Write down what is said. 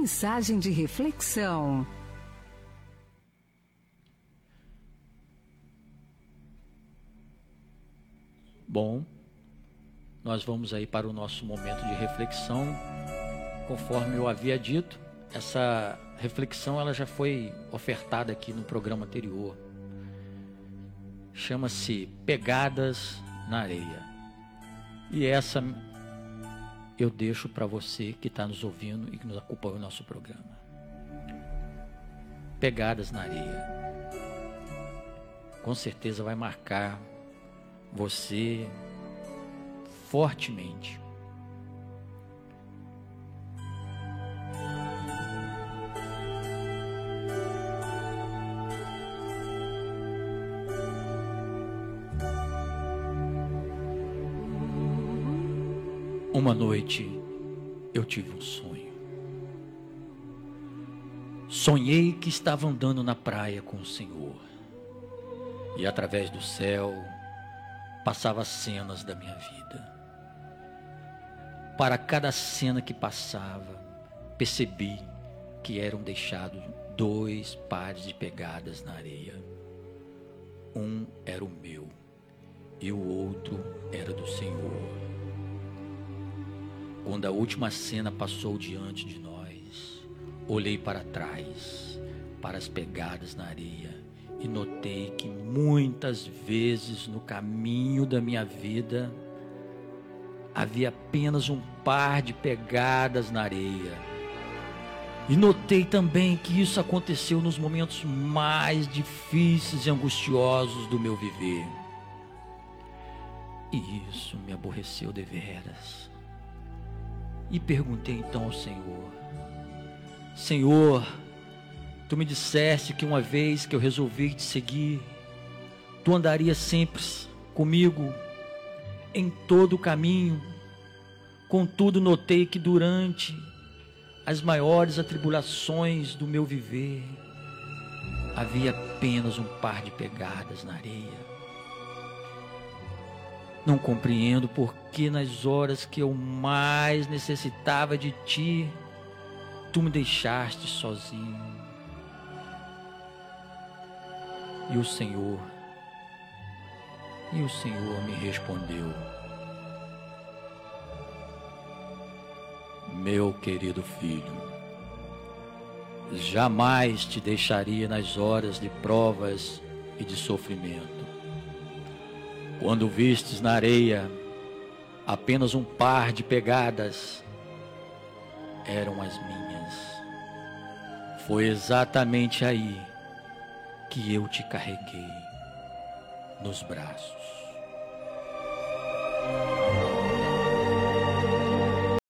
Mensagem de reflexão. Bom, nós vamos aí para o nosso momento de reflexão. Conforme eu havia dito, essa reflexão ela já foi ofertada aqui no programa anterior. Chama-se Pegadas na Areia. E essa eu deixo para você que está nos ouvindo e que nos acompanha o nosso programa. Pegadas na areia. Com certeza vai marcar você fortemente. Uma noite eu tive um sonho. Sonhei que estava andando na praia com o Senhor. E através do céu passava cenas da minha vida. Para cada cena que passava, percebi que eram deixados 2 pares de pegadas na areia. Um era o meu e o outro era do Senhor. Quando a última cena passou diante de nós, olhei para trás, para as pegadas na areia, e notei que muitas vezes no caminho da minha vida havia apenas um par de pegadas na areia. E notei também que isso aconteceu nos momentos mais difíceis e angustiosos do meu viver. E isso me aborreceu deveras. E perguntei então ao Senhor: Senhor, Tu me disseste que uma vez que eu resolvi te seguir, Tu andaria sempre comigo em todo o caminho. Contudo, notei que durante as maiores atribulações do meu viver, havia apenas um par de pegadas na areia. Não compreendo por que nas horas que eu mais necessitava de Ti, Tu me deixaste sozinho. E o Senhor me respondeu: meu querido filho, jamais te deixaria nas horas de provas e de sofrimento. Quando vistes na areia apenas um par de pegadas, eram as minhas. Foi exatamente aí que eu te carreguei nos braços.